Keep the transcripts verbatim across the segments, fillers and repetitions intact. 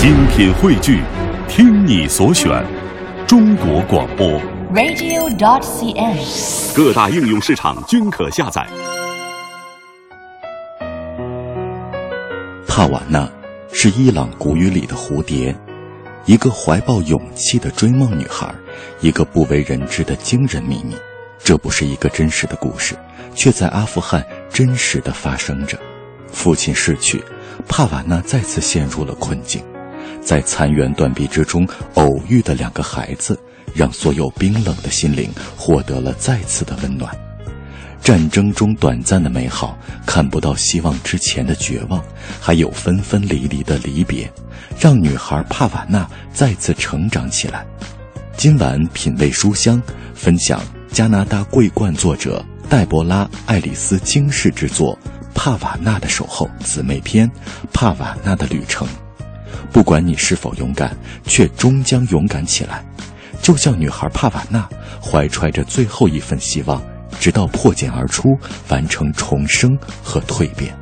精品汇聚，听你所选，中国广播 radio dot c n， 各大应用市场均可下载。 帕瓦纳是伊朗古语里的蝴蝶，一个怀抱勇气的追梦女孩，一个不为人知的惊人秘密。这不是一个真实的故事，却在阿富汗真实的发生着。父亲逝去，帕瓦纳再次陷入了困境。在残垣断壁之中偶遇的两个孩子，让所有冰冷的心灵获得了再次的温暖。战争中短暂的美好，看不到希望之前的绝望，还有分分离离的离别，让女孩帕瓦纳再次成长起来。今晚品味书香，分享加拿大桂冠作者黛博拉·爱丽丝惊世之作《帕瓦纳的守候》姊妹篇《帕瓦纳的旅程》。不管你是否勇敢，却终将勇敢起来，就像女孩帕瓦纳，怀揣着最后一份希望，直到破茧而出，完成重生和蜕变。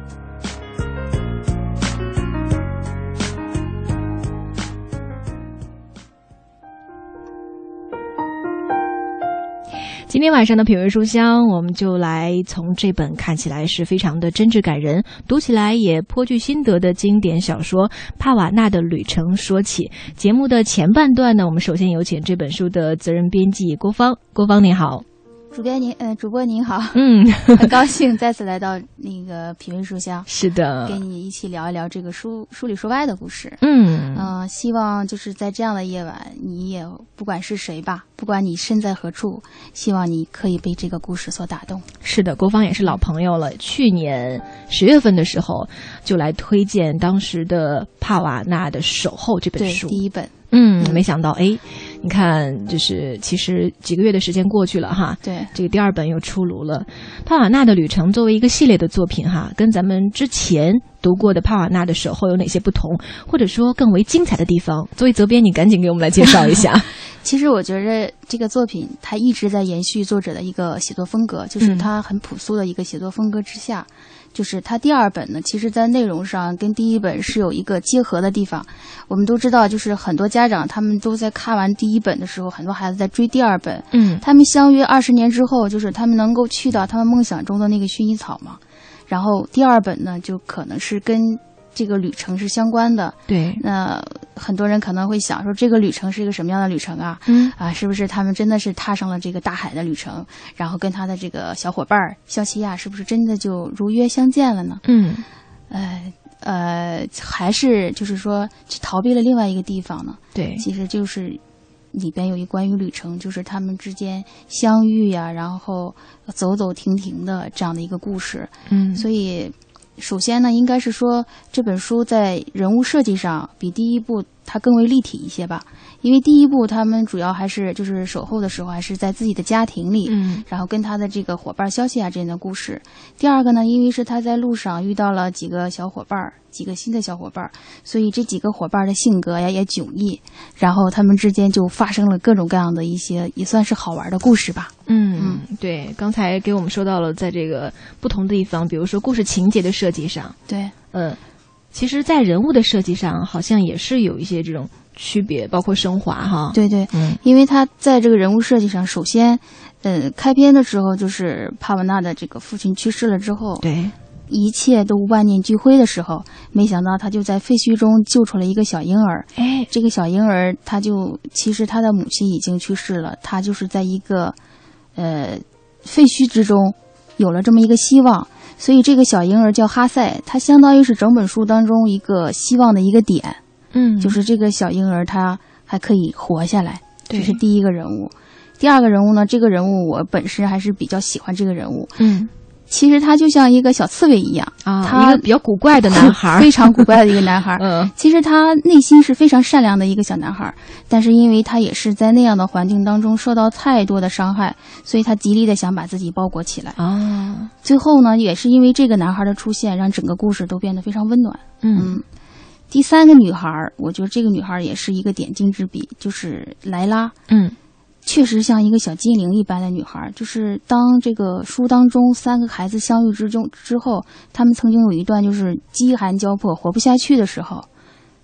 今天晚上的品味书香，我们就来从这本看起来是非常的真挚感人，读起来也颇具心得的经典小说《帕瓦纳的旅程》说起。节目的前半段呢，我们首先有请这本书的责任编辑郭芳。郭芳您好。 主编您，呃，主播您好， 嗯， 很高兴再次来到那个品味书香， 是的， 跟你一起聊一聊这个书书里书外的故事。 嗯， 呃，希望就是在这样的夜晚，你也不管是谁吧，不管你身在何处，希望你可以被这个故事所打动。 是的，郭芳也是老朋友了，去年十月份的时候就来推荐当时的帕瓦纳的守候这本书， 对，第一本。 嗯，没想到，哎，你看，就是其实几个月的时间过去了哈， 对， 这个第二本又出炉了。帕瓦纳的旅程作为一个系列的作品哈，跟咱们之前读过的帕瓦纳的守候有哪些不同，或者说更为精彩的地方？作为责编，你赶紧给我们来介绍一下。 其实我觉得这个作品它一直在延续作者的一个写作风格，就是它很朴素的一个写作风格之下。嗯，就是它第二本呢，其实在内容上跟第一本是有一个结合的地方。我们都知道，就是很多家长他们都在看完第一本的时候，很多孩子在追第二本。 嗯， 他们相约二十年之后，就是他们能够去到他们梦想中的那个薰衣草嘛。然后第二本呢，就可能是跟这个旅程是相关的。 对， 那很多人可能会想说，这个旅程是一个什么样的旅程啊？ 嗯啊，是不是他们真的是踏上了这个大海的旅程，然后跟他的这个小伙伴肖西亚是不是真的就如约相见了呢？ 嗯， 呃呃，还是就是说去逃避了另外一个地方呢？ 对， 其实就是里边有一关于旅程，就是他们之间相遇呀、啊，然后走走停停的这样的一个故事。 嗯， 所以。首先呢，应该是说这本书在人物设计上比第一部它更为立体一些吧，因为第一部他们主要还是就是守候的时候还是在自己的家庭里， 嗯， 然后跟他的这个伙伴消息啊这样的故事。第二个呢，因为是他在路上遇到了几个小伙伴，几个新的小伙伴，所以这几个伙伴的性格呀也迥异，然后他们之间就发生了各种各样的一些也算是好玩的故事吧。 嗯嗯，对，刚才给我们说到了在这个不同的地方，比如说故事情节的设计上， 对， 嗯，其实在人物的设计上好像也是有一些这种区别，包括升华哈。 对对， 嗯， 因为他在这个人物设计上，首先，呃，开篇的时候就是帕瓦纳的这个父亲去世了之后， 对， 一切都万念俱灰的时候，没想到他就在废墟中救出了一个小婴儿。 哎， 这个小婴儿他就其实他的母亲已经去世了，他就是在一个呃废墟之中有了这么一个希望，所以这个小婴儿叫哈塞，他相当于是整本书当中一个希望的一个点。 嗯， 就是这个小婴儿他还可以活下来， 这是第一个人物。第二个人物呢，这个人物我本身还是比较喜欢这个人物。 嗯， 其实他就像一个小刺猬一样啊， 他一个比较古怪的男孩， 非常古怪的一个男孩。 嗯， 其实他内心是非常善良的一个小男孩，但是因为他也是在那样的环境当中受到太多的伤害，所以他极力的想把自己包裹起来。 啊， 最后呢，也是因为这个男孩的出现，让整个故事都变得非常温暖。 嗯。 嗯，第三个女孩，我觉得这个女孩也是一个点睛之笔，就是莱拉。 嗯， 确实像一个小精灵一般的女孩。就是当这个书当中三个孩子相遇之中之后，他们曾经有一段就是饥寒交迫活不下去的时候，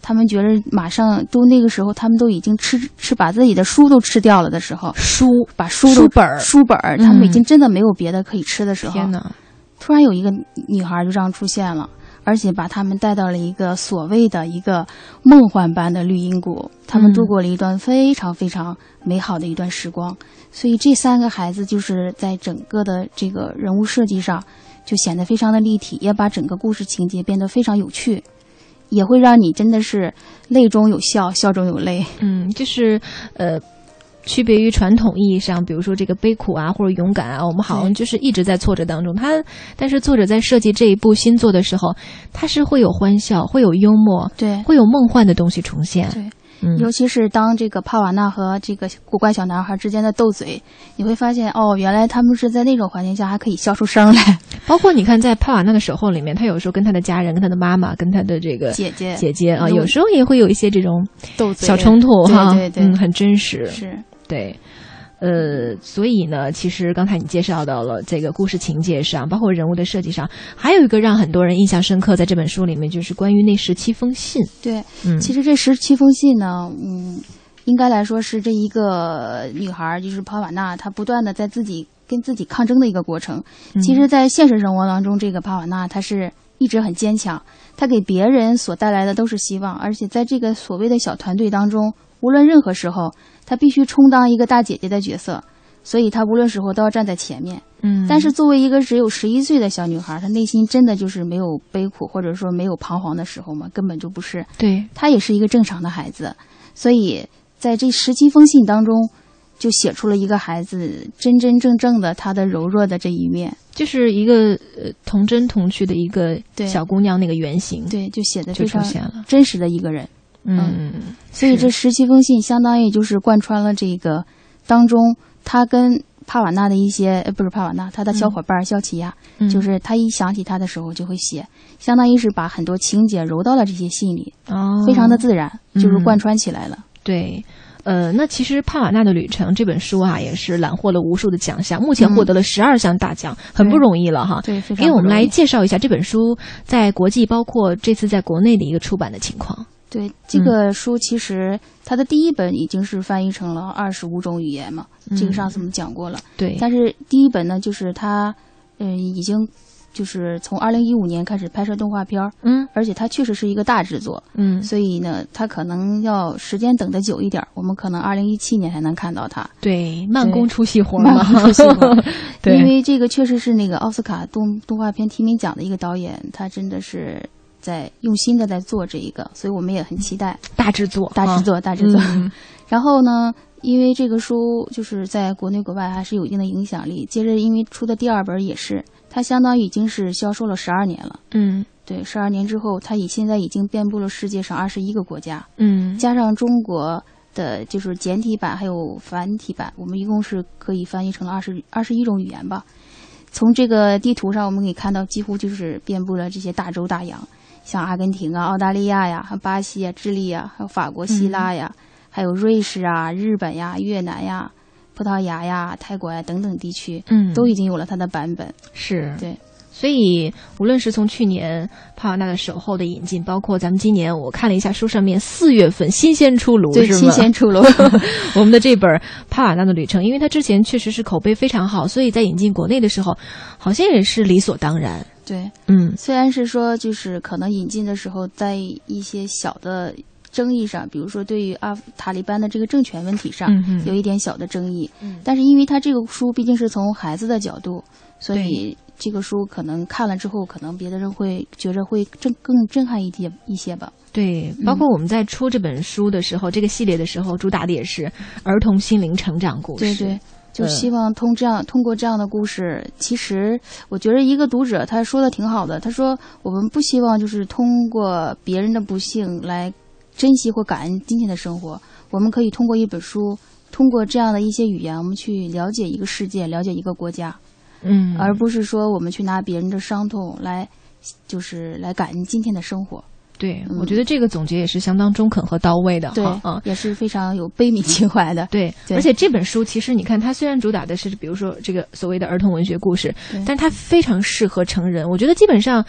他们觉得马上都那个时候，他们都已经吃吃把自己的书都吃掉了的时候， 书把书都书本儿书本儿，他们已经真的没有别的可以吃的时候， 天哪！ 突然有一个女孩就这样出现了，而且把他们带到了一个所谓的一个梦幻般的绿荫谷，他们度过了一段非常非常美好的一段时光。所以这三个孩子就是在整个的这个人物设计上就显得非常的立体，也把整个故事情节变得非常有趣，也会让你真的是泪中有笑，笑中有泪。 嗯，就是呃。区别于传统意义上，比如说这个悲苦啊，或者勇敢啊，我们好像就是一直在挫折当中。他，但是作者在设计这一部新作的时候，他是会有欢笑，会有幽默， 对， 会有梦幻的东西重现。 对， 嗯， 尤其是当这个帕瓦纳和这个古怪小男孩之间的斗嘴，你会发现哦，原来他们是在那种环境下还可以笑出声来。 包括你看，在帕瓦纳的守候里面，他有时候跟他的家人、跟他的妈妈、跟他的这个姐姐姐姐啊，有时候也会有一些这种斗嘴小冲突哈， 对对对， 嗯，很真实， 是对。呃，所以呢，其实刚才你介绍到了这个故事情节上，包括人物的设计上，还有一个让很多人印象深刻，在这本书里面，就是关于那十七封信。 对， 嗯， 其实这十七封信呢，嗯，应该来说是这一个女孩，就是帕瓦纳，她不断的在自己跟自己抗争的一个过程。 嗯、 其实，在现实生活当中，这个帕瓦纳她是一直很坚强，她给别人所带来的都是希望，而且在这个所谓的小团队当中，无论任何时候，她必须充当一个大姐姐的角色，所以她无论时候都要站在前面。 嗯， 但是作为一个只有十一岁的小女孩，她内心真的就是没有悲苦，或者说没有彷徨的时候吗？根本就不是。 对， 她也是一个正常的孩子，所以在这十七封信当中，就写出了一个孩子真真正正的她的柔弱的这一面， 就是一个呃童真童趣的一个小姑娘那个原型。 对，就写的非常现了真实的一个人。 嗯， 所以这十七封信相当于就是贯穿了这个当中，他跟帕瓦纳的一些呃不是帕瓦纳，他的小伙伴肖奇亚， 嗯、 就是他一想起他的时候就会写，相当于是把很多情节揉到了这些信里， 哦， 非常的自然，就是贯穿起来了。 嗯、对。呃，那其实《帕瓦纳的旅程》这本书啊，也是揽获了无数的奖项，目前获得了十二项大奖，嗯、很不容易了哈。 对，非常不容易。 给我们来介绍一下这本书在国际，包括这次在国内的一个出版的情况。 对，这个书其实它的第一本已经是翻译成了二十五种语言嘛，嗯、这个上次我们讲过了。 对， 但是第一本呢，就是它，嗯、呃，已经。就是从二零一五年开始拍摄动画片， 嗯， 而且它确实是一个大制作， 嗯， 所以呢，它可能要时间等得久一点，我们可能二零一七年才能看到它。 对，慢工出细活嘛， 慢工出细活。 对， 因为这个确实是那个奥斯卡动动画片提名奖的一个导演，他真的是在用心的在做这一个，所以我们也很期待大制作， 大制作，啊、大制作。 嗯、 然后呢？因为这个书就是在国内国外还是有一定的影响力，接着因为出的第二本也是，它相当于已经是销售了十二年了。 嗯， 对，十二年之后，它已现在已经遍布了世界上二十一个国家。 嗯， 加上中国的就是简体版还有繁体版，我们一共是可以翻译成了二十二十一种语言吧。从这个地图上我们可以看到，几乎就是遍布了这些大洲大洋，像阿根廷啊、澳大利亚呀、巴西啊、智利啊，还有法国、希腊呀。嗯，还有瑞士啊、日本呀、越南呀、葡萄牙呀、泰国呀等等地区， 嗯， 都已经有了它的版本。 是， 对。 所以无论是从去年帕瓦纳的守候的引进，包括咱们今年我看了一下书上面四月份新鲜出炉， 对， 是吗？ 新鲜出炉。 我们的这本帕瓦纳的旅程，因为它之前确实是口碑非常好，所以在引进国内的时候，好像也是理所当然。 对， 嗯， 虽然是说就是可能引进的时候，在一些小的争议上，比如说对于阿塔利班的这个政权问题上， 嗯、 有一点小的争议， 嗯， 但是因为他这个书毕竟是从孩子的角度，所以这个书可能看了之后，可能别的人会觉着会震更震撼一些一些吧。 对，包括我们在出这本书的时候，嗯、这个系列的时候，主打的也是儿童心灵成长故事。 对对。就希望通这样通过这样的故事，其实我觉得一个读者他说的挺好的，他说我们不希望就是通过别人的不幸来珍惜或感恩今天的生活，我们可以通过一本书，通过这样的一些语言，我们去了解一个世界，了解一个国家， 嗯， 而不是说我们去拿别人的伤痛来，就是来感恩今天的生活。 对，嗯、我觉得这个总结也是相当中肯和到位的， 对， 啊， 也是非常有悲悯情怀的。 对， 对， 而且这本书其实你看，它虽然主打的是比如说这个所谓的儿童文学故事，但它非常适合成人。我觉得基本上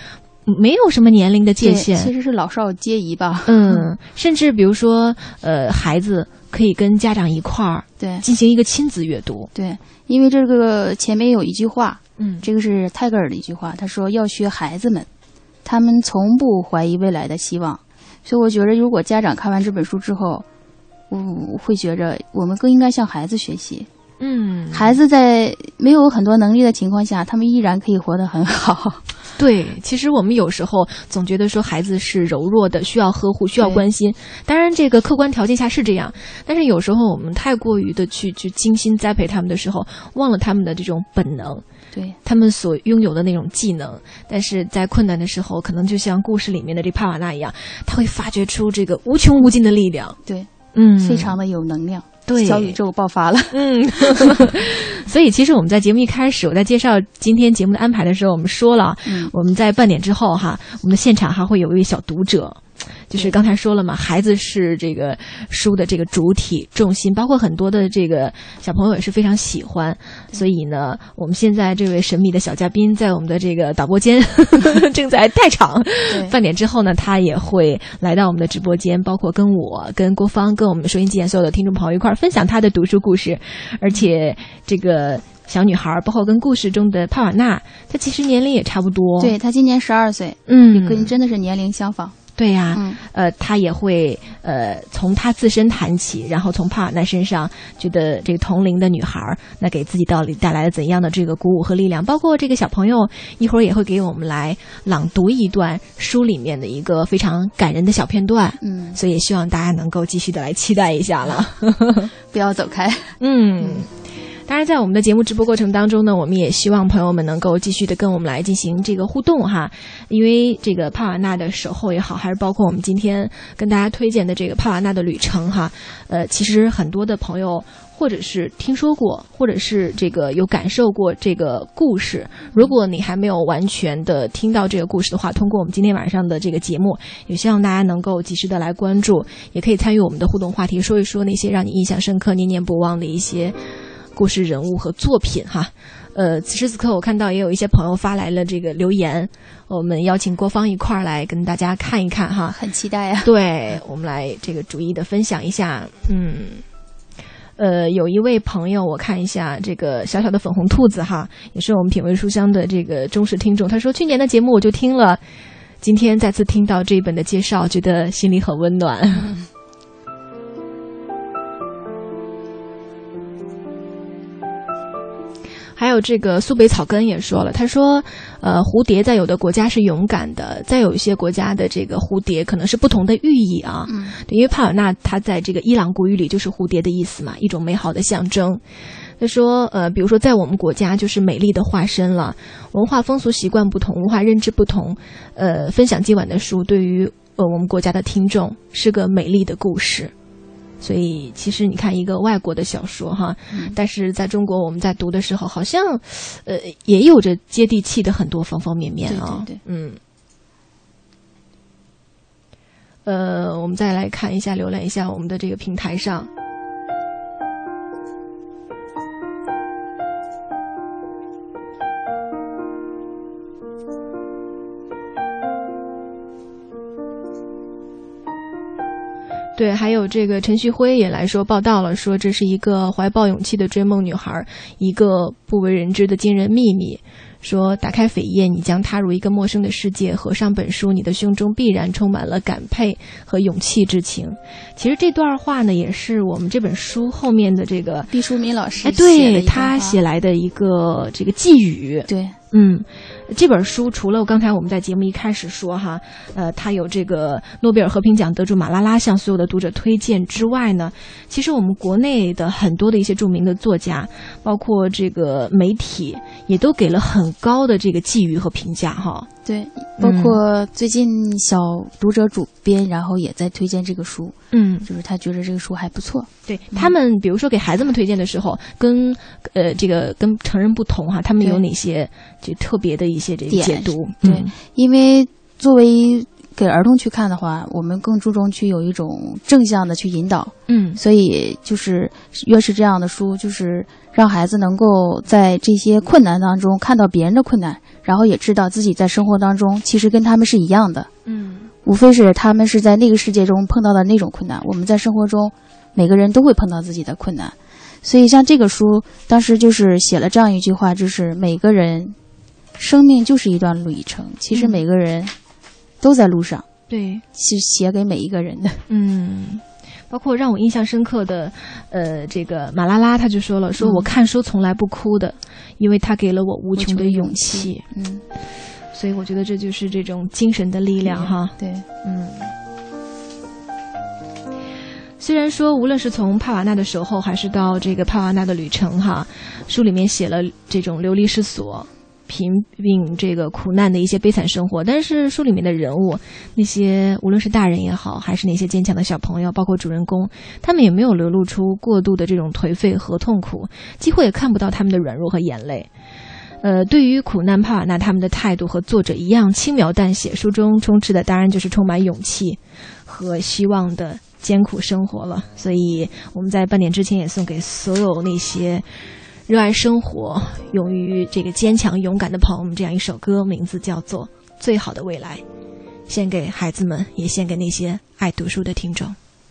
没有什么年龄的界限， 其实是老少皆宜吧。 嗯，甚至比如说，呃，孩子可以跟家长一块儿对进行一个亲子阅读。 对，因为这个前面有一句话， 嗯， 这个是泰戈尔的一句话，他说要学孩子们，他们从不怀疑未来的希望。所以我觉得，如果家长看完这本书之后，我会觉着我们更应该向孩子学习。 嗯， 孩子在没有很多能力的情况下，他们依然可以活得很好。 对，其实我们有时候总觉得说孩子是柔弱的，需要呵护，需要关心。当然，这个客观条件下是这样，但是有时候我们太过于的去去精心栽培他们的时候，忘了他们的这种本能， 对他们所拥有的那种技能。但是在困难的时候，可能就像故事里面的这帕瓦纳一样，他会发掘出这个无穷无尽的力量。 对， 嗯， 非常的有能量。 对， 小宇宙爆发了。 嗯，所以其实我们在节目一开始，我在介绍今天节目的安排的时候，我们说了，嗯、我们在半点之后哈，我们的现场还会有一位小读者。就是刚才说了嘛，孩子是这个书的这个主体重心，包括很多的这个小朋友也是非常喜欢，所以呢，我们现在这位神秘的小嘉宾在我们的这个导播间正在带场。半点之后呢，他也会来到我们的直播间，包括跟我、跟郭芳、跟我们收音机前所有的听众朋友一块儿分享他的读书故事，而且这个小女孩，包括跟故事中的帕瓦纳，她其实年龄也差不多。 对，她今年十二岁， 嗯， 跟真的是年龄相仿。 对呀、啊嗯， 呃，他也会呃从他自身谈起，然后从帕瓦纳身上觉得这个同龄的女孩那给自己到底带来了怎样的这个鼓舞和力量，包括这个小朋友一会儿也会给我们来朗读一段书里面的一个非常感人的小片段， 嗯， 所以也希望大家能够继续的来期待一下了， 不要走开， 嗯。嗯当然，在我们的节目直播过程当中呢，我们也希望朋友们能够继续的跟我们来进行这个互动哈，因为这个帕瓦纳的守候也好，还是包括我们今天跟大家推荐的这个帕瓦纳的旅程哈，呃，其实很多的朋友或者是听说过，或者是这个有感受过这个故事。如果你还没有完全的听到这个故事的话，通过我们今天晚上的这个节目，也希望大家能够及时的来关注，也可以参与我们的互动话题，说一说那些让你印象深刻、念念不忘的一些故事人物和作品哈。呃，此时此刻我看到也有一些朋友发来了这个留言，我们邀请郭芳一块儿来跟大家看一看哈。 很期待啊。 对，我们来这个逐一的分享一下。嗯，呃，有一位朋友我看一下，这个小小的粉红兔子哈，也是我们品味书香的这个忠实听众，他说去年的节目我就听了，今天再次听到这一本的介绍，觉得心里很温暖。嗯还有这个苏北草根也说了，他说呃，蝴蝶在有的国家是勇敢的，在有一些国家的这个蝴蝶可能是不同的寓意啊。嗯，对，因为帕瓦纳它在这个伊朗古语里就是蝴蝶的意思嘛，一种美好的象征。他说呃，比如说在我们国家就是美丽的化身了，文化风俗习惯不同，文化认知不同，呃，分享今晚的书对于呃我们国家的听众是个美丽的故事。所以其实你看一个外国的小说哈、嗯，但是在中国我们在读的时候好像呃也有着接地气的很多方方面面啊。 对对对， 嗯。呃，我们再来看一下，浏览一下我们的这个平台上。对，还有这个陈旭辉也来说报道了，说这是一个怀抱勇气的追梦女孩，一个不为人知的惊人秘密。说打开扉页，你将踏入一个陌生的世界，合上本书，你的胸中必然充满了感佩和勇气之情。其实这段话呢，也是我们这本书后面的这个毕淑敏老师哎，对他写来的一个这个寄语。 对， 嗯。这本书除了刚才我们在节目一开始说哈，呃，它有这个诺贝尔和平奖得主马拉拉向所有的读者推荐之外呢，其实我们国内的很多的一些著名的作家，包括这个媒体，也都给了很高的这个寄语和评价哈。 对，包括最近小读者主编，然后也在推荐这个书， 嗯， 就是他觉得这个书还不错。 对、嗯、他们，比如说给孩子们推荐的时候，跟呃这个跟成人不同哈，他们有哪些就特别的一些这个解读？ 对、嗯，因为作为给儿童去看的话，我们更注重去有一种正向的去引导。 嗯， 所以就是越是这样的书，就是让孩子能够在这些困难当中看到别人的困难，然后也知道自己在生活当中其实跟他们是一样的。 嗯， 无非是他们是在那个世界中碰到的那种困难，我们在生活中每个人都会碰到自己的困难。所以像这个书当时就是写了这样一句话，就是每个人生命就是一段旅程，其实每个人都在路上。 对， 是写给每一个人的。 嗯，包括让我印象深刻的呃这个马拉拉他就说了，说我看书从来不哭的，因为他给了我无穷的勇气。 嗯， 所以我觉得这就是这种精神的力量哈。 对， 嗯。虽然说无论是从帕瓦纳的守候还是到这个帕瓦纳的旅程哈，书里面写了这种流离失所、贫病这个苦难的一些悲惨生活，但是书里面的人物，那些无论是大人也好，还是那些坚强的小朋友，包括主人公，他们也没有流露出过度的这种颓废和痛苦，几乎也看不到他们的软弱和眼泪。呃，对于苦难帕瓦纳他们的态度和作者一样轻描淡写，书中充斥的当然就是充满勇气和希望的艰苦生活了。所以我们在半点之前也送给所有那些热爱生活、勇于这个坚强勇敢的朋友们这样一首歌，名字叫做《最好的未来》，献给孩子们，也献给那些爱读书的听众。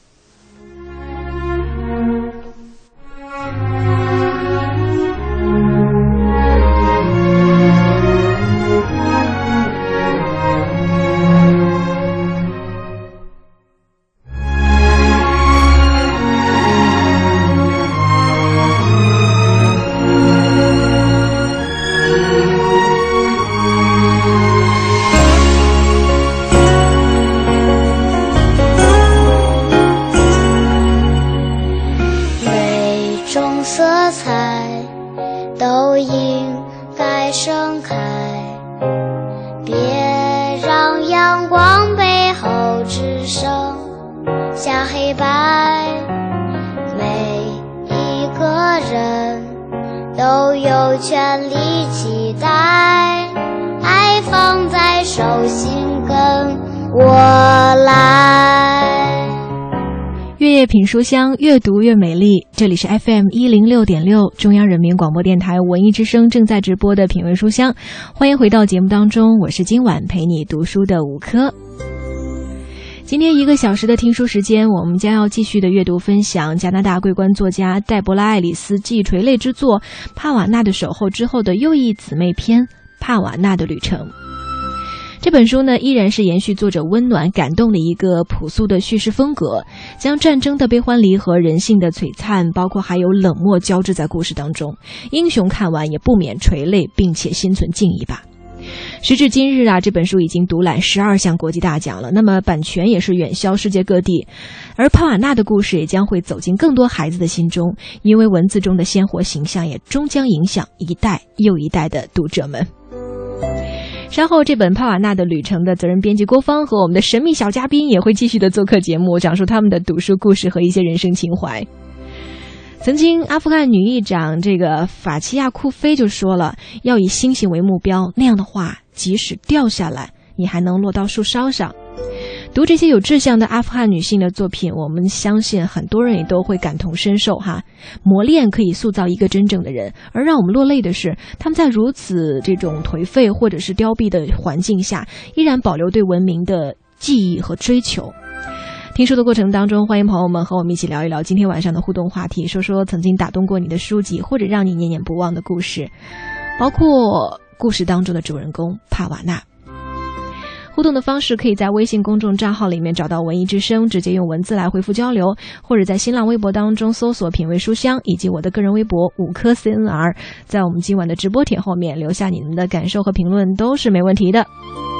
品书香，越读越美丽。这里是 F M 一零六点六，中央人民广播电台文艺之声正在直播的品味书香，欢迎回到节目当中，我是今晚陪你读书的吴科。今天一个小时的听书时间，我们将要继续的阅读分享加拿大桂冠作家黛博拉·爱丽丝继垂泪之作《帕瓦纳的守候》之后的又一姊妹篇《帕瓦纳的旅程》。这本书呢，依然是延续作者温暖感动的一个朴素的叙事风格，将战争的悲欢离合、人性的璀璨，包括还有冷漠交织在故事当中。英雄看完也不免垂泪，并且心存敬意吧。时至今日啊，这本书已经独揽十二项国际大奖了，那么版权也是远销世界各地。而帕瓦纳的故事也将会走进更多孩子的心中，因为文字中的鲜活形象也终将影响一代又一代的读者们。稍后这本帕瓦纳的旅程的责任编辑郭芳和我们的神秘小嘉宾也会继续的做客节目，讲述他们的读书故事和一些人生情怀。曾经阿富汗女议长这个法奇亚库菲就说了，要以星星为目标，那样的话即使掉下来你还能落到树梢上。读这些有志向的阿富汗女性的作品，我们相信很多人也都会感同身受哈。磨练可以塑造一个真正的人，而让我们落泪的是，他们在如此这种颓废或者是凋敝的环境下，依然保留对文明的记忆和追求。听书的过程当中，欢迎朋友们和我们一起聊一聊今天晚上的互动话题，说说曾经打动过你的书籍，或者让你念念不忘的故事，包括故事当中的主人公帕瓦纳。互动的方式可以在微信公众账号里面找到文艺之声，直接用文字来回复交流，或者在新浪微博当中搜索品味书香，以及我的个人微博五颗 C N R， 在我们今晚的直播帖后面留下你们的感受和评论都是没问题的。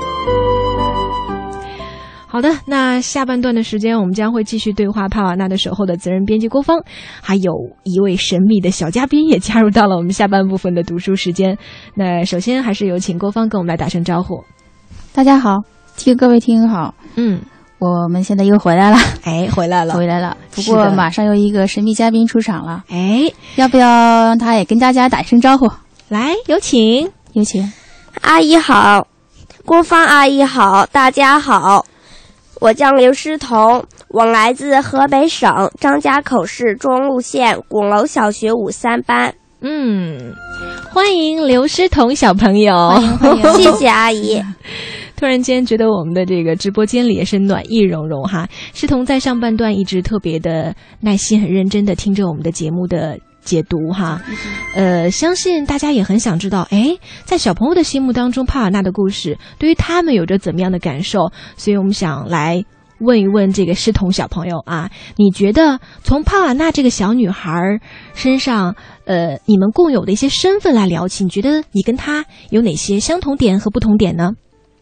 好的，那下半段的时间我们将会继续对话帕瓦纳的守候的责任编辑郭芳，还有一位神秘的小嘉宾也加入到了我们下半部分的读书时间。那首先还是有请郭芳跟我们来打声招呼。 大家好，听各位听友好， 嗯， 我们现在又回来了， 哎，回来了， 回来了。不过马上有一个神秘嘉宾出场了， 哎， 要不要让他也跟大家打声招呼？ 来，有请， 有请。 阿姨好，郭芳阿姨好，大家好， 我叫刘诗彤，我来自河北省张家口市中路县鼓楼小学五三班。 嗯，欢迎刘诗彤小朋友， 欢迎欢迎， 谢谢阿姨。 突然间觉得我们的这个直播间里也是暖意融融哈。诗彤在上半段一直特别的耐心、很认真的听着我们的节目的解读哈。呃，相信大家也很想知道，哎，在小朋友的心目当中，帕瓦纳的故事对于他们有着怎么样的感受？所以我们想来问一问这个诗彤小朋友啊，你觉得从帕瓦纳这个小女孩身上，呃，你们共有的一些身份来聊起，你觉得你跟她有哪些相同点和不同点呢？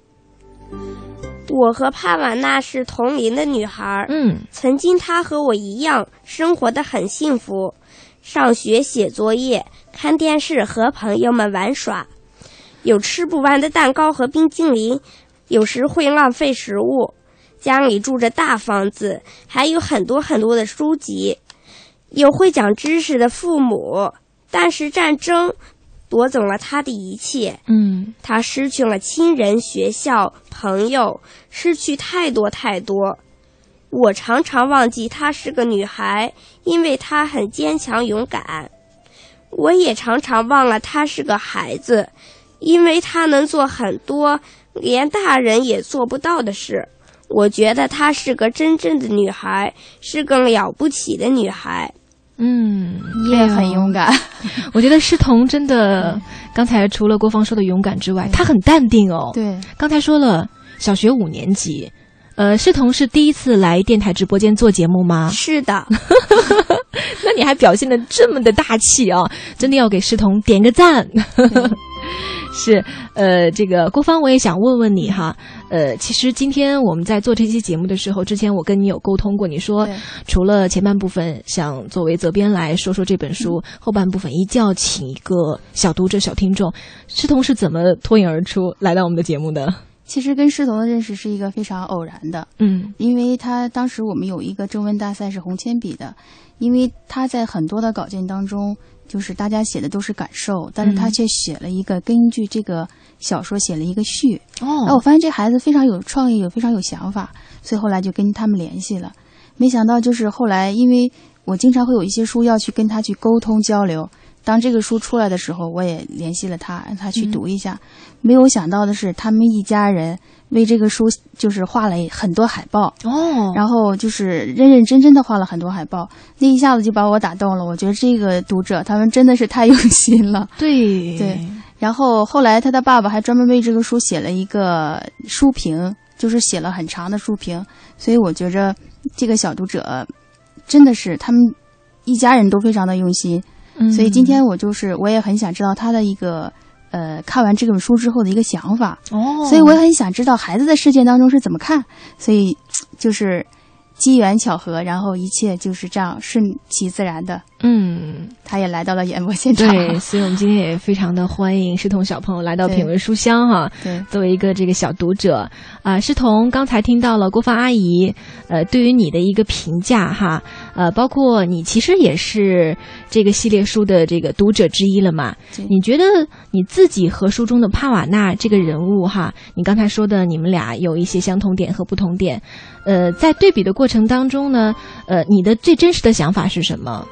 我和帕瓦纳是同龄的女孩， 嗯， 曾经她和我一样，生活得很幸福，上学、写作业、看电视，和朋友们玩耍，有吃不完的蛋糕和冰激凌，有时会浪费食物。家里住着大房子，还有很多很多的书籍，有会讲知识的父母，但是战争夺走了他的一切。 嗯， 他失去了亲人、学校、朋友，失去太多太多。我常常忘记她是个女孩，因为她很坚强勇敢。我也常常忘了她是个孩子，因为她能做很多连大人也做不到的事。我觉得她是个真正的女孩，是个了不起的女孩。 嗯， 你也很勇敢。 我觉得诗彤真的，刚才除了郭芳说的勇敢之外，她很淡定哦。 对， 刚才说了小学五年级，呃，诗彤是第一次来电台直播间做节目吗？ 是的。 那你还表现得这么的大气啊，真的要给诗彤点个赞。是，呃，这个郭芳，我也想问问你哈，呃，其实今天我们在做这期节目的时候，之前我跟你有沟通过，你说除了前半部分想作为责编来说说这本书，嗯、后半部分一定要请一个小读者、小听众。诗彤是怎么脱颖而出来到我们的节目的？ 其实跟诗彤的认识是一个非常偶然的， 嗯， 因为他当时我们有一个征文大赛是红铅笔的，因为他在很多的稿件当中，就是大家写的都是感受，但是他却写了一个、嗯、根据这个小说写了一个序。 哦， 哎，我发现这孩子非常有创意，有非常有想法，所以后来就跟他们联系了。没想到就是后来，因为我经常会有一些书要去跟他去沟通交流。当这个书出来的时候，我也联系了他，让他去读一下。嗯、没有想到的是，他们一家人为这个书就是画了很多海报哦， 然后就是认认真真的画了很多海报，那一下子就把我打动了。我觉得这个读者他们真的是太用心了。 对对，然后后来他的爸爸还专门为这个书写了一个书评，就是写了很长的书评。所以我觉着这个小读者真的是他们一家人都非常的用心。 嗯、 所以今天我就是我也很想知道他的一个呃看完这本书之后的一个想法哦， 所以我也很想知道孩子在事件当中是怎么看，所以就是机缘巧合，然后一切就是这样顺其自然的， 嗯， 他也来到了演播现场。 对，所以我们今天也非常的欢迎诗彤小朋友来到品味书香哈。 对， 作为一个这个小读者啊，诗彤刚才听到了郭芳阿姨呃对于你的一个评价哈，呃，包括你其实也是这个系列书的这个读者之一了嘛。你觉得你自己和书中的帕瓦纳这个人物哈，你刚才说的你们俩有一些相同点和不同点，呃，在对比的过程当中呢，呃，你的最真实的想法是什么？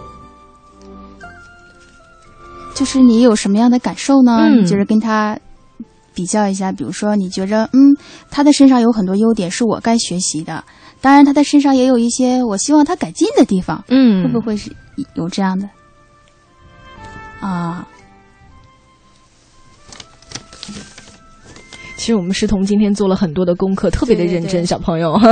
就是你有什么样的感受呢？ 嗯， 就是跟他比较一下，比如说你觉着嗯，他的身上有很多优点是我该学习的，当然他的身上也有一些我希望他改进的地方， 嗯， 会不会是有这样的啊？ 其实我们诗彤今天做了很多的功课，特别的认真，对对对，小朋友。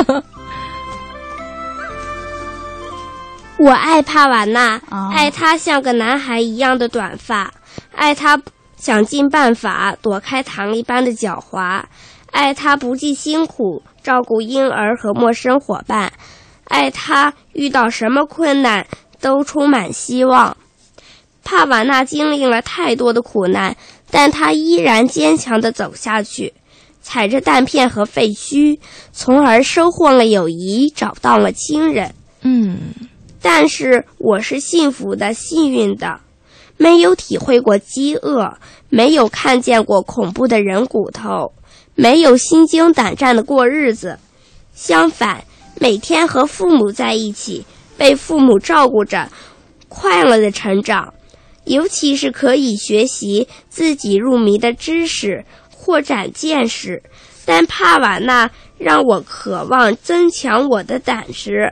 我爱帕瓦纳， 哦、 爱他像个男孩一样的短发，爱他想尽办法躲开糖一般的狡猾，爱他不计辛苦照顾婴儿和陌生伙伴，爱他遇到什么困难都充满希望。帕瓦纳经历了太多的苦难，但他依然坚强地走下去，踩着弹片和废墟，从而收获了友谊，找到了亲人。 嗯， 但是我是幸福的、幸运的，没有体会过饥饿，没有看见过恐怖的人骨头，没有心惊胆战的过日子， 相反，每天和父母在一起，被父母照顾着，快乐的成长，尤其是可以学习自己入迷的知识，扩展见识。但帕瓦纳让我渴望增强我的胆识。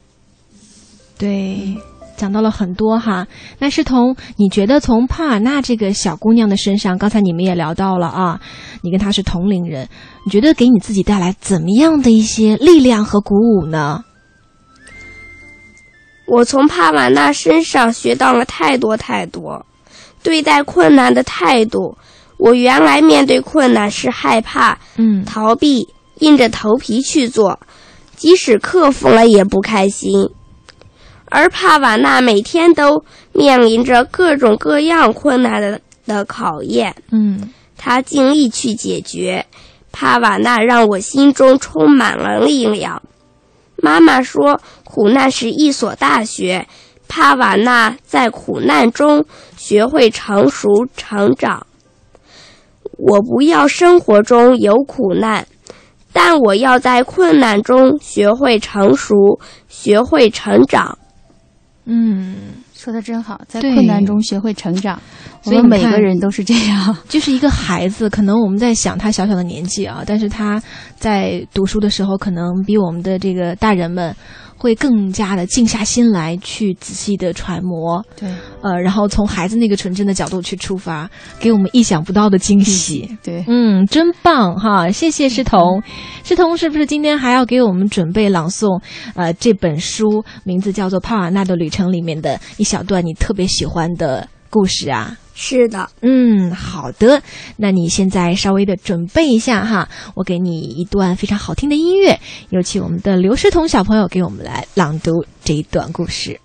对，讲到了很多哈。那诗彤，你觉得从帕瓦纳这个小姑娘的身上，刚才你们也聊到了啊，你跟她是同龄人，你觉得给你自己带来怎么样的一些力量和鼓舞呢？ 我从帕瓦纳身上学到了太多太多，对待困难的态度。我原来面对困难是害怕、 嗯， 逃避，硬着头皮去做，即使克服了也不开心。而帕瓦纳每天都面临着各种各样困难的的考验， 嗯， 他尽力去解决。帕瓦纳让我心中充满了力量。妈妈说，苦难是一所大学，帕瓦纳在苦难中学会成熟成长。我不要生活中有苦难，但我要在困难中学会成熟，学会成长。 嗯， 说的真好，在困难中学会成长。我所以们每个人都是这样， 就是一个孩子，可能我们在想他小小的年纪啊，但是他在读书的时候，可能比我们的这个大人们会更加的静下心来，去仔细的揣摩， 对， 呃，然后从孩子那个纯真的角度去出发，给我们意想不到的惊喜。 对， 嗯，真棒哈！谢谢诗彤。诗彤是不是今天还要给我们准备朗诵呃这本书名字叫做《帕瓦纳的旅程》里面的一小段你特别喜欢的故事啊？ 是的。 嗯，好的，那你现在稍微的准备一下哈，我给你一段非常好听的音乐，有请我们的刘诗彤小朋友给我们来朗读这一段故事。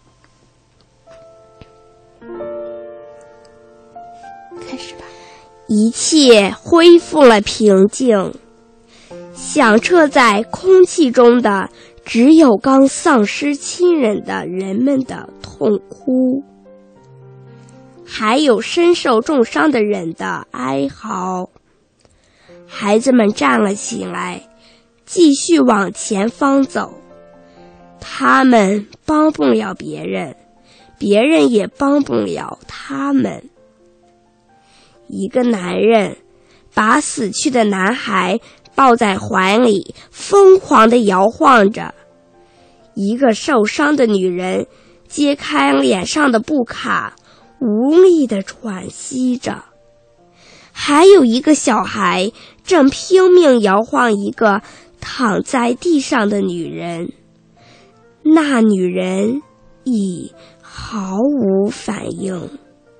开始吧。 一切恢复了平静，响彻在空气中的只有刚丧失亲人的人们的痛哭，还有身受重伤的人的哀嚎。孩子们站了起来，继续往前方走。他们帮不了别人，别人也帮不了他们。一个男人把死去的男孩抱在怀里，疯狂地摇晃着。一个受伤的女人揭开脸上的布卡，无力地喘息着。还有一个小孩正拼命摇晃一个躺在地上的女人，那女人已毫无反应。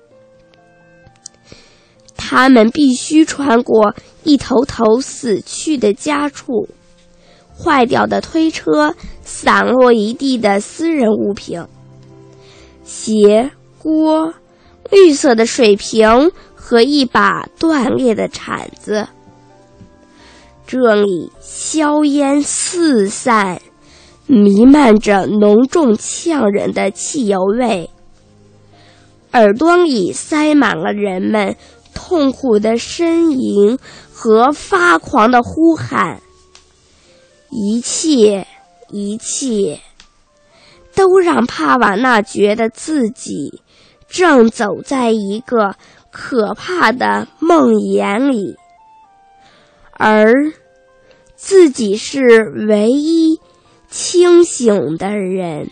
他们必须穿过一头头死去的家畜，坏掉的推车，散落一地的私人物品，鞋、锅、绿色的水瓶和一把断裂的铲子。这里硝烟四散，弥漫着浓重呛人的汽油味，耳朵里塞满了人们痛苦的呻吟和发狂的呼喊。一切一切都让帕瓦纳觉得自己正走在一个可怕的梦魇里，而自己是唯一清醒的人。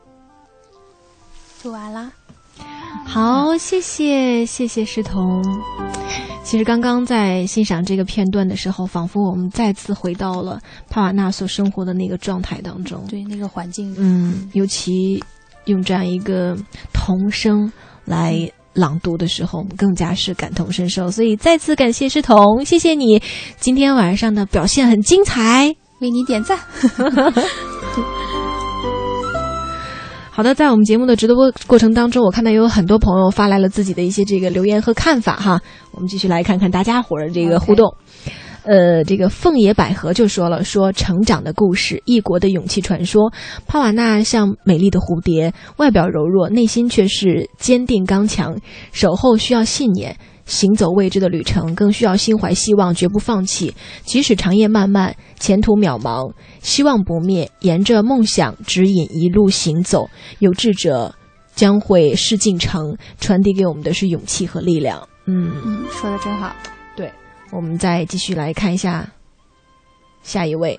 就完了。 好，谢谢谢谢诗彤。其实刚刚在欣赏这个片段的时候，仿佛我们再次回到了帕瓦纳所生活的那个状态当中。 对，那个环境。 嗯，尤其用这样一个童声来朗读的时候，我们更加是感同身受。所以再次感谢诗彤，谢谢你今天晚上的表现很精彩， 为你点赞。 好的，在我们节目的直播过程当中，我看到有很多朋友发来了自己的一些这个留言和看法哈，我们继续来看看大家伙的这个互动。Okay. 呃，这个凤野百合就说了，说成长的故事，异国的勇气传说。帕瓦纳像美丽的蝴蝶，外表柔弱，内心却是坚定刚强，守候需要信念， 行走未知的旅程，更需要心怀希望，绝不放弃。即使长夜漫漫，前途渺茫，希望不灭，沿着梦想指引一路行走。有志者将会事竟成，传递给我们的是勇气和力量。嗯嗯，说的真好。 对，我们再继续来看一下下一位。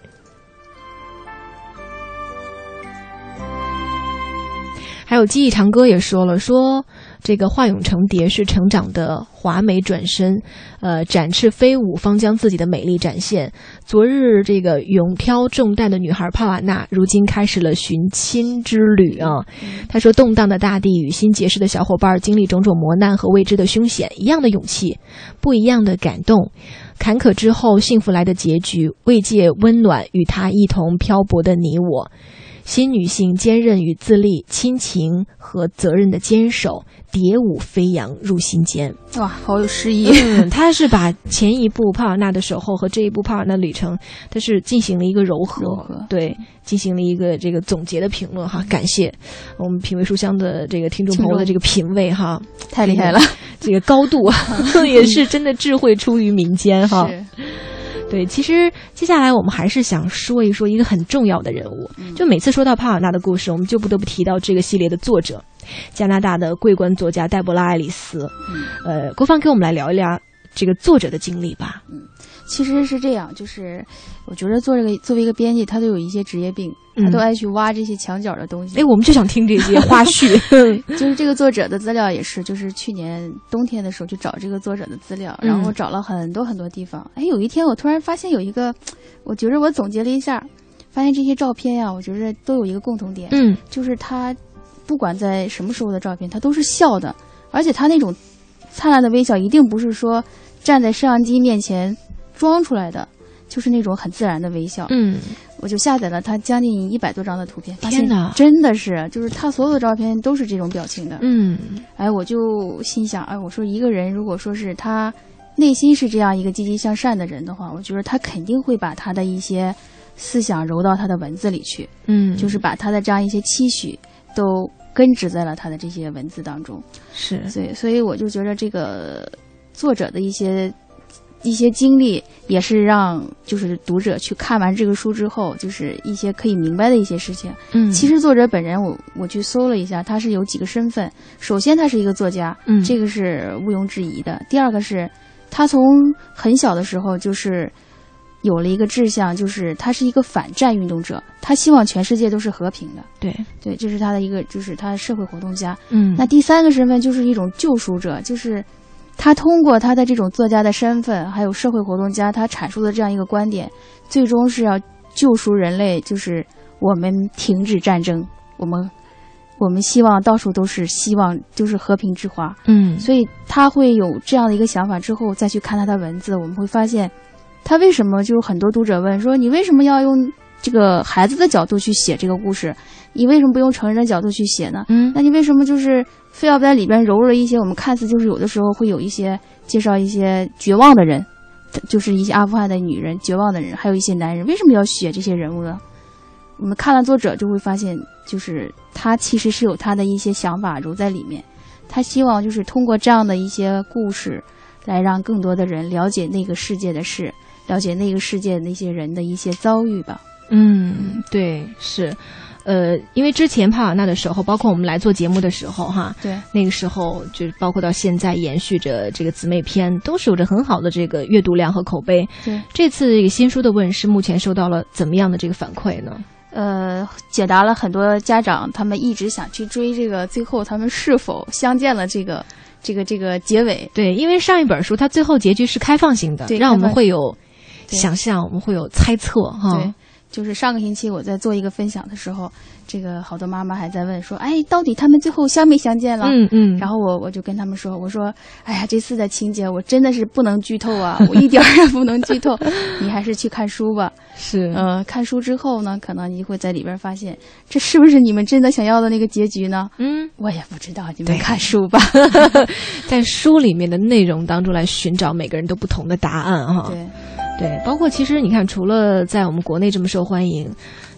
还有记忆长歌也说了，说这个化蛹成蝶是成长的华美转身，呃，展翅飞舞方将自己的美丽展现。昨日这个勇挑重担的女孩帕瓦纳，如今开始了寻亲之旅啊。她说，动荡的大地与新结识的小伙伴经历种种磨难和未知的凶险，一样的勇气，不一样的感动。坎坷之后，幸福来的结局，慰藉温暖与她一同漂泊的你我。新女性坚韧与自立，亲情和责任的坚守，蝶舞飞扬入心间。 哇，好有诗意。 嗯，他是把前一部帕瓦纳的守候和这一部帕瓦纳的旅程，他是进行了一个柔合， 柔合对，进行了一个这个总结的评论哈。感谢我们品味书香的这个听众朋友的这个品味哈， 太厉害了， 这个高度也是真的智慧出于民间哈。 是。 对，其实接下来我们还是想说一说一个很重要的人物。 嗯、 就每次说到帕瓦纳的故事，我们就不得不提到这个系列的作者，加拿大的桂冠作家黛博拉·爱丽丝。 嗯、 呃，郭芳给我们来聊一聊这个作者的经历吧。 嗯，其实是这样，就是我觉得做这个作为一个编辑，他都有一些职业病，他都爱去挖这些墙角的东西。 哎、嗯，我们就想听这些花絮。 就是这个作者的资料也是，就是去年冬天的时候去找这个作者的资料，然后找了很多很多地方。哎、嗯，有一天我突然发现有一个，我觉得我总结了一下，发现这些照片呀、啊，我觉得都有一个共同点， 嗯， 就是他不管在什么时候的照片，他都是笑的，而且他那种灿烂的微笑一定不是说站在摄像机面前装出来的，就是那种很自然的微笑。 嗯， 我就下载了他将近一百多张的图片，发现天哪， 真的是，就是他所有的照片都是这种表情的。 嗯， 哎，我就心想，哎，我说一个人如果说是他内心是这样一个积极向善的人的话，我觉得他肯定会把他的一些思想揉到他的文字里去。 嗯， 就是把他的这样一些期许都根植在了他的这些文字当中。 是， 所以，所以我就觉得这个作者的一些一些经历，也是让就是读者去看完这个书之后，就是一些可以明白的一些事情。 嗯， 其实作者本人我，我我去搜了一下，他是有几个身份。首先，他是一个作家， 嗯， 这个是毋庸置疑的。第二个是，他从很小的时候就是有了一个志向，就是他是一个反战运动者，他希望全世界都是和平的。 对对，这是他的一个，就是他的社会活动家。 嗯， 那第三个身份就是一种救赎者，就是他通过他的这种作家的身份，还有社会活动家，他阐述的这样一个观点，最终是要救赎人类，就是我们停止战争，我们我们希望到处都是希望，就是和平之花。 嗯， 所以他会有这样的一个想法之后，再去看他的文字，我们会发现，他为什么就很多读者问说，你为什么要用这个孩子的角度去写这个故事？你为什么不用成人的角度去写呢？ 嗯， 那你为什么就是非要在里边揉了一些我们看似就是有的时候会有一些介绍一些绝望的人，就是一些阿富汗的女人、绝望的人，还有一些男人，为什么要写这些人物呢？我们看了作者就会发现，就是他其实是有他的一些想法揉在里面，他希望就是通过这样的一些故事，来让更多的人了解那个世界的事，了解那个世界那些人的一些遭遇吧。 嗯，对，是。呃，因为之前帕瓦纳的时候，包括我们来做节目的时候，哈， 对， 那个时候就包括到现在延续着这个姊妹篇，都是有着很好的这个阅读量和口碑。 对， 这次这个新书的问世，目前收到了怎么样的这个反馈呢？ 呃，解答了很多家长他们一直想去追这个，最后他们是否相见了这个这个这个结尾。 对，因为上一本书它最后结局是开放性的， 对， 让我们会有想象，我们会有猜测哈。 对。就是上个星期我在做一个分享的时候，这个好多妈妈还在问说，哎，到底他们最后相没相见了？ 嗯嗯。 然后我我就跟他们说，我说，哎呀，这次的情节我真的是不能剧透啊，我一点也不能剧透，你还是去看书吧。 是， 呃，看书之后呢，可能你会在里边发现，这是不是你们真的想要的那个结局呢？ 嗯， 我也不知道，你们看书吧。 在书里面的内容当中来寻找每个人都不同的答案哈。 对。 对，包括其实你看，除了在我们国内这么受欢迎，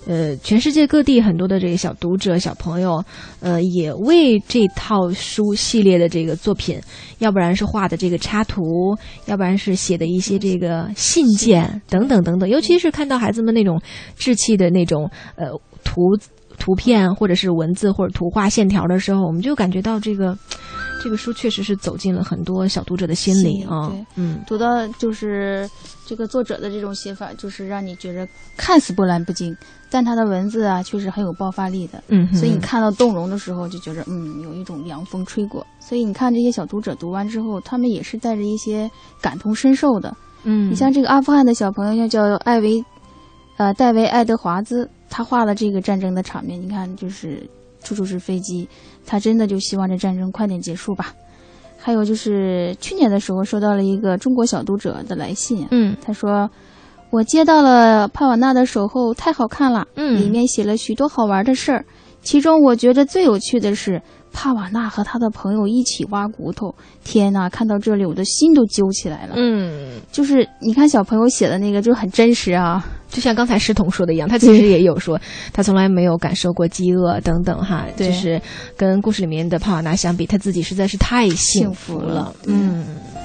呃，全世界各地很多的这个小读者、小朋友，呃，也为这套书系列的这个作品，要不然是画的这个插图，要不然是写的一些这个信件等等等等。尤其是看到孩子们那种稚气的那种呃图图片或者是文字或者图画线条的时候，我们就感觉到这个。这个书确实是走进了很多小读者的心里啊， 对， 嗯， 读到就是这个作者的这种写法，就是让你觉着看似波澜不惊，但他的文字啊，确实很有爆发力的， 嗯， 所以你看到动容的时候，就觉着嗯，有一种凉风吹过。所以你看这些小读者读完之后，他们也是带着一些感同身受的， 嗯， 你像这个阿富汗的小朋友叫艾维，呃，戴维·爱德华兹，他画了这个战争的场面，你看就是处处是飞机。他真的就希望这战争快点结束吧。还有就是去年的时候收到了一个中国小读者的来信， 嗯， 他说我接到了帕瓦纳的守候，太好看了， 嗯， 里面写了许多好玩的事儿，其中我觉得最有趣的是帕瓦纳和他的朋友一起挖骨头。天哪，看到这里我的心都揪起来了。 嗯， 就是你看小朋友写的那个就很真实啊， 就像刚才师彤说的一样，他其实也有说他从来没有感受过饥饿等等哈，就是跟故事里面的帕瓦纳相比，他自己实在是太幸福了。 幸福了嗯。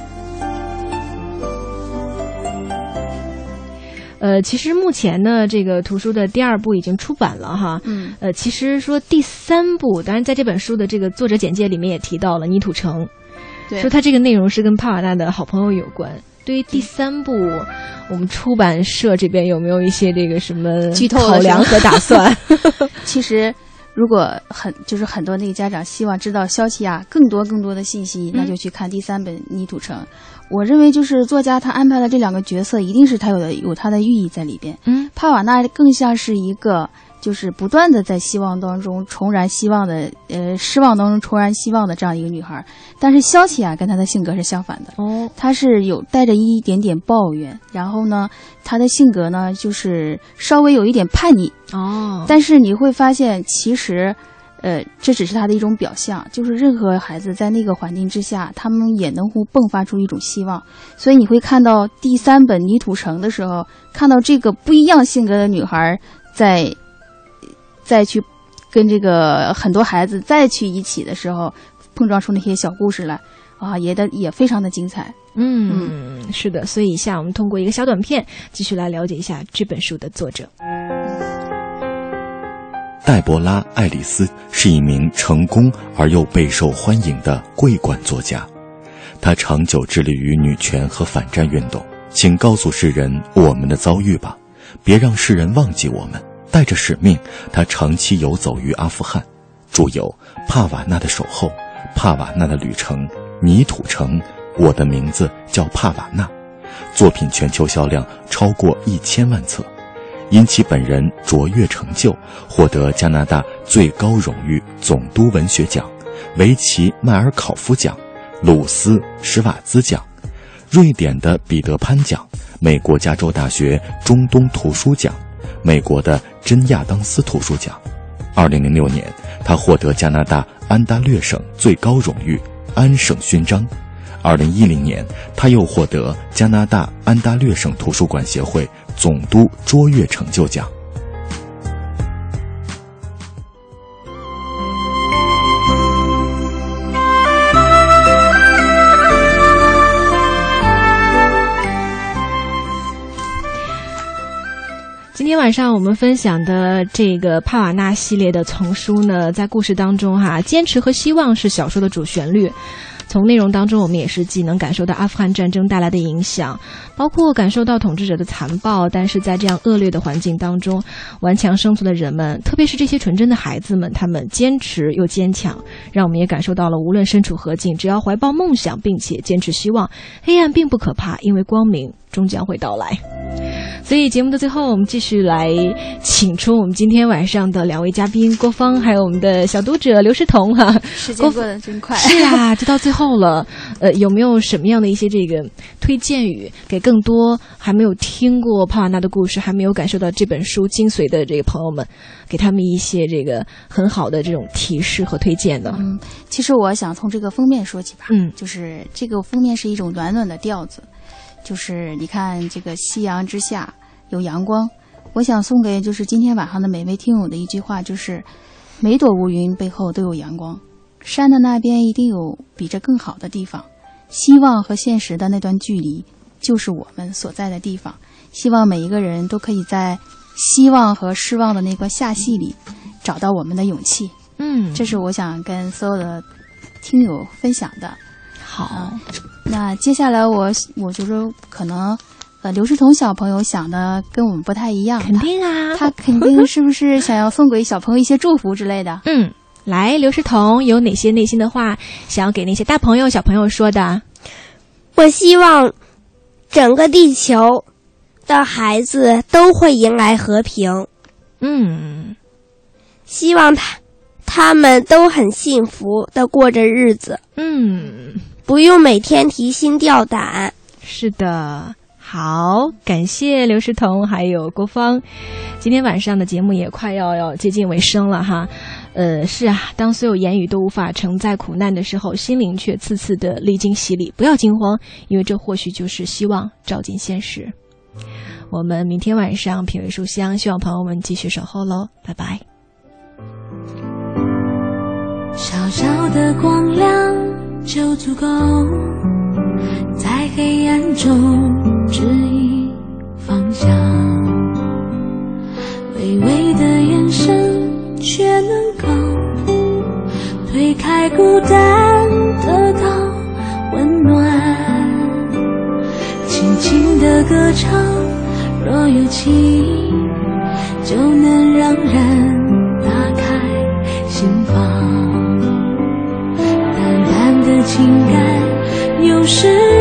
呃，其实目前呢，这个图书的第二部已经出版了哈。 嗯。 呃，其实说第三部，当然在这本书的这个作者简介里面也提到了泥土城， 对， 说他这个内容是跟帕瓦纳的好朋友有关。对于第三部，我们出版社这边有没有一些这个什么剧透考量和打算？ 其实，如果很就是很多那个家长希望知道肖奇亚更多更多的信息， 嗯、 那就去看第三本《泥土城》。我认为就是作家他安排了这两个角色，一定是他有的有他的寓意在里边。 嗯， 帕瓦纳更像是一个就是不断的在希望当中重燃希望的，呃，失望当中重燃希望的这样一个女孩。但是肖奇亚跟她的性格是相反的， 哦， 她是有带着一点点抱怨，然后呢，她的性格呢就是稍微有一点叛逆。 哦， 但是你会发现，其实。呃，这只是他的一种表象，就是任何孩子在那个环境之下，他们也能够迸发出一种希望。所以你会看到第三本《泥土城》的时候，看到这个不一样性格的女孩在再去跟这个很多孩子再去一起的时候，碰撞出那些小故事来啊，也的也非常的精彩。 嗯，嗯是的。所以以下我们通过一个小短片，继续来了解一下这本书的作者。 黛博拉·爱丽丝是一名成功而又备受欢迎的桂冠作家，她长久致力于女权和反战运动。请告诉世人我们的遭遇吧，别让世人忘记我们。带着使命，她长期游走于阿富汗，著有《帕瓦纳的守候》《帕瓦纳的旅程》《泥土城》《我的名字叫帕瓦纳》，作品全球销量超过一千万册。因其本人卓越成就，获得加拿大最高荣誉总督文学奖、维奇迈尔考夫奖、鲁斯施瓦兹奖、瑞典的彼得潘奖、美国加州大学中东图书奖、美国的真亚当斯图书奖。二零零六年，他获得加拿大安大略省最高荣誉安省勋章。二零一零年，他又获得加拿大安大略省图书馆协会总督卓越成就奖。 今天晚上我们分享的这个帕瓦纳系列的丛书呢，在故事当中哈，坚持和希望是小说的主旋律。从内容当中，我们也是既能感受到阿富汗战争带来的影响，包括感受到统治者的残暴，但是在这样恶劣的环境当中，顽强生存的人们，特别是这些纯真的孩子们，他们坚持又坚强，让我们也感受到了无论身处何境，只要怀抱梦想并且坚持希望，黑暗并不可怕，因为光明终将会到来。所以节目的最后，我们继续来请出我们今天晚上的两位嘉宾郭芳，还有我们的小读者刘诗彤哈。 时间过得真快。 是啊，就到最后了。呃，有没有什么样的一些这个推荐语，给更多还没有听过帕瓦纳的故事，还没有感受到这本书精髓的这个朋友们，给他们一些这个很好的这种提示和推荐呢？ 嗯，其实我想从这个封面说起吧。 嗯， 就是这个封面是一种暖暖的调子。就是你看这个夕阳之下有阳光， 我想送给就是今天晚上的每位听友的一句话，就是每朵乌云背后都有阳光，山的那边一定有比这更好的地方，希望和现实的那段距离就是我们所在的地方。希望每一个人都可以在希望和失望的那个下隙里找到我们的勇气。 嗯， 这是我想跟所有的听友分享的。 好、 呃、那接下来我我觉得可能呃刘世彤小朋友想的跟我们不太一样。 肯定啊， 他肯定是不是想要送给小朋友一些祝福之类的？ 嗯，来，刘世彤有哪些内心的话想要给那些大朋友小朋友说的？ 我希望整个地球的孩子都会迎来和平。 嗯， 希望他他们都很幸福的过着日子。 嗯， 不用每天提心吊胆。 是的，好，感谢刘世彤还有郭芳。今天晚上的节目也快要要接近尾声了哈。呃，是啊，当所有言语都无法承载苦难的时候，心灵却次次的历经洗礼。不要惊慌，因为这或许就是希望照进现实。我们明天晚上品味书香，希望朋友们继续守候喽，拜拜。 小小的光亮就足够，在黑暗中指引方向，微微的眼神却能够推开孤单，得到温暖。轻轻的歌唱，若有情就能让人打开心房，淡淡的情感有时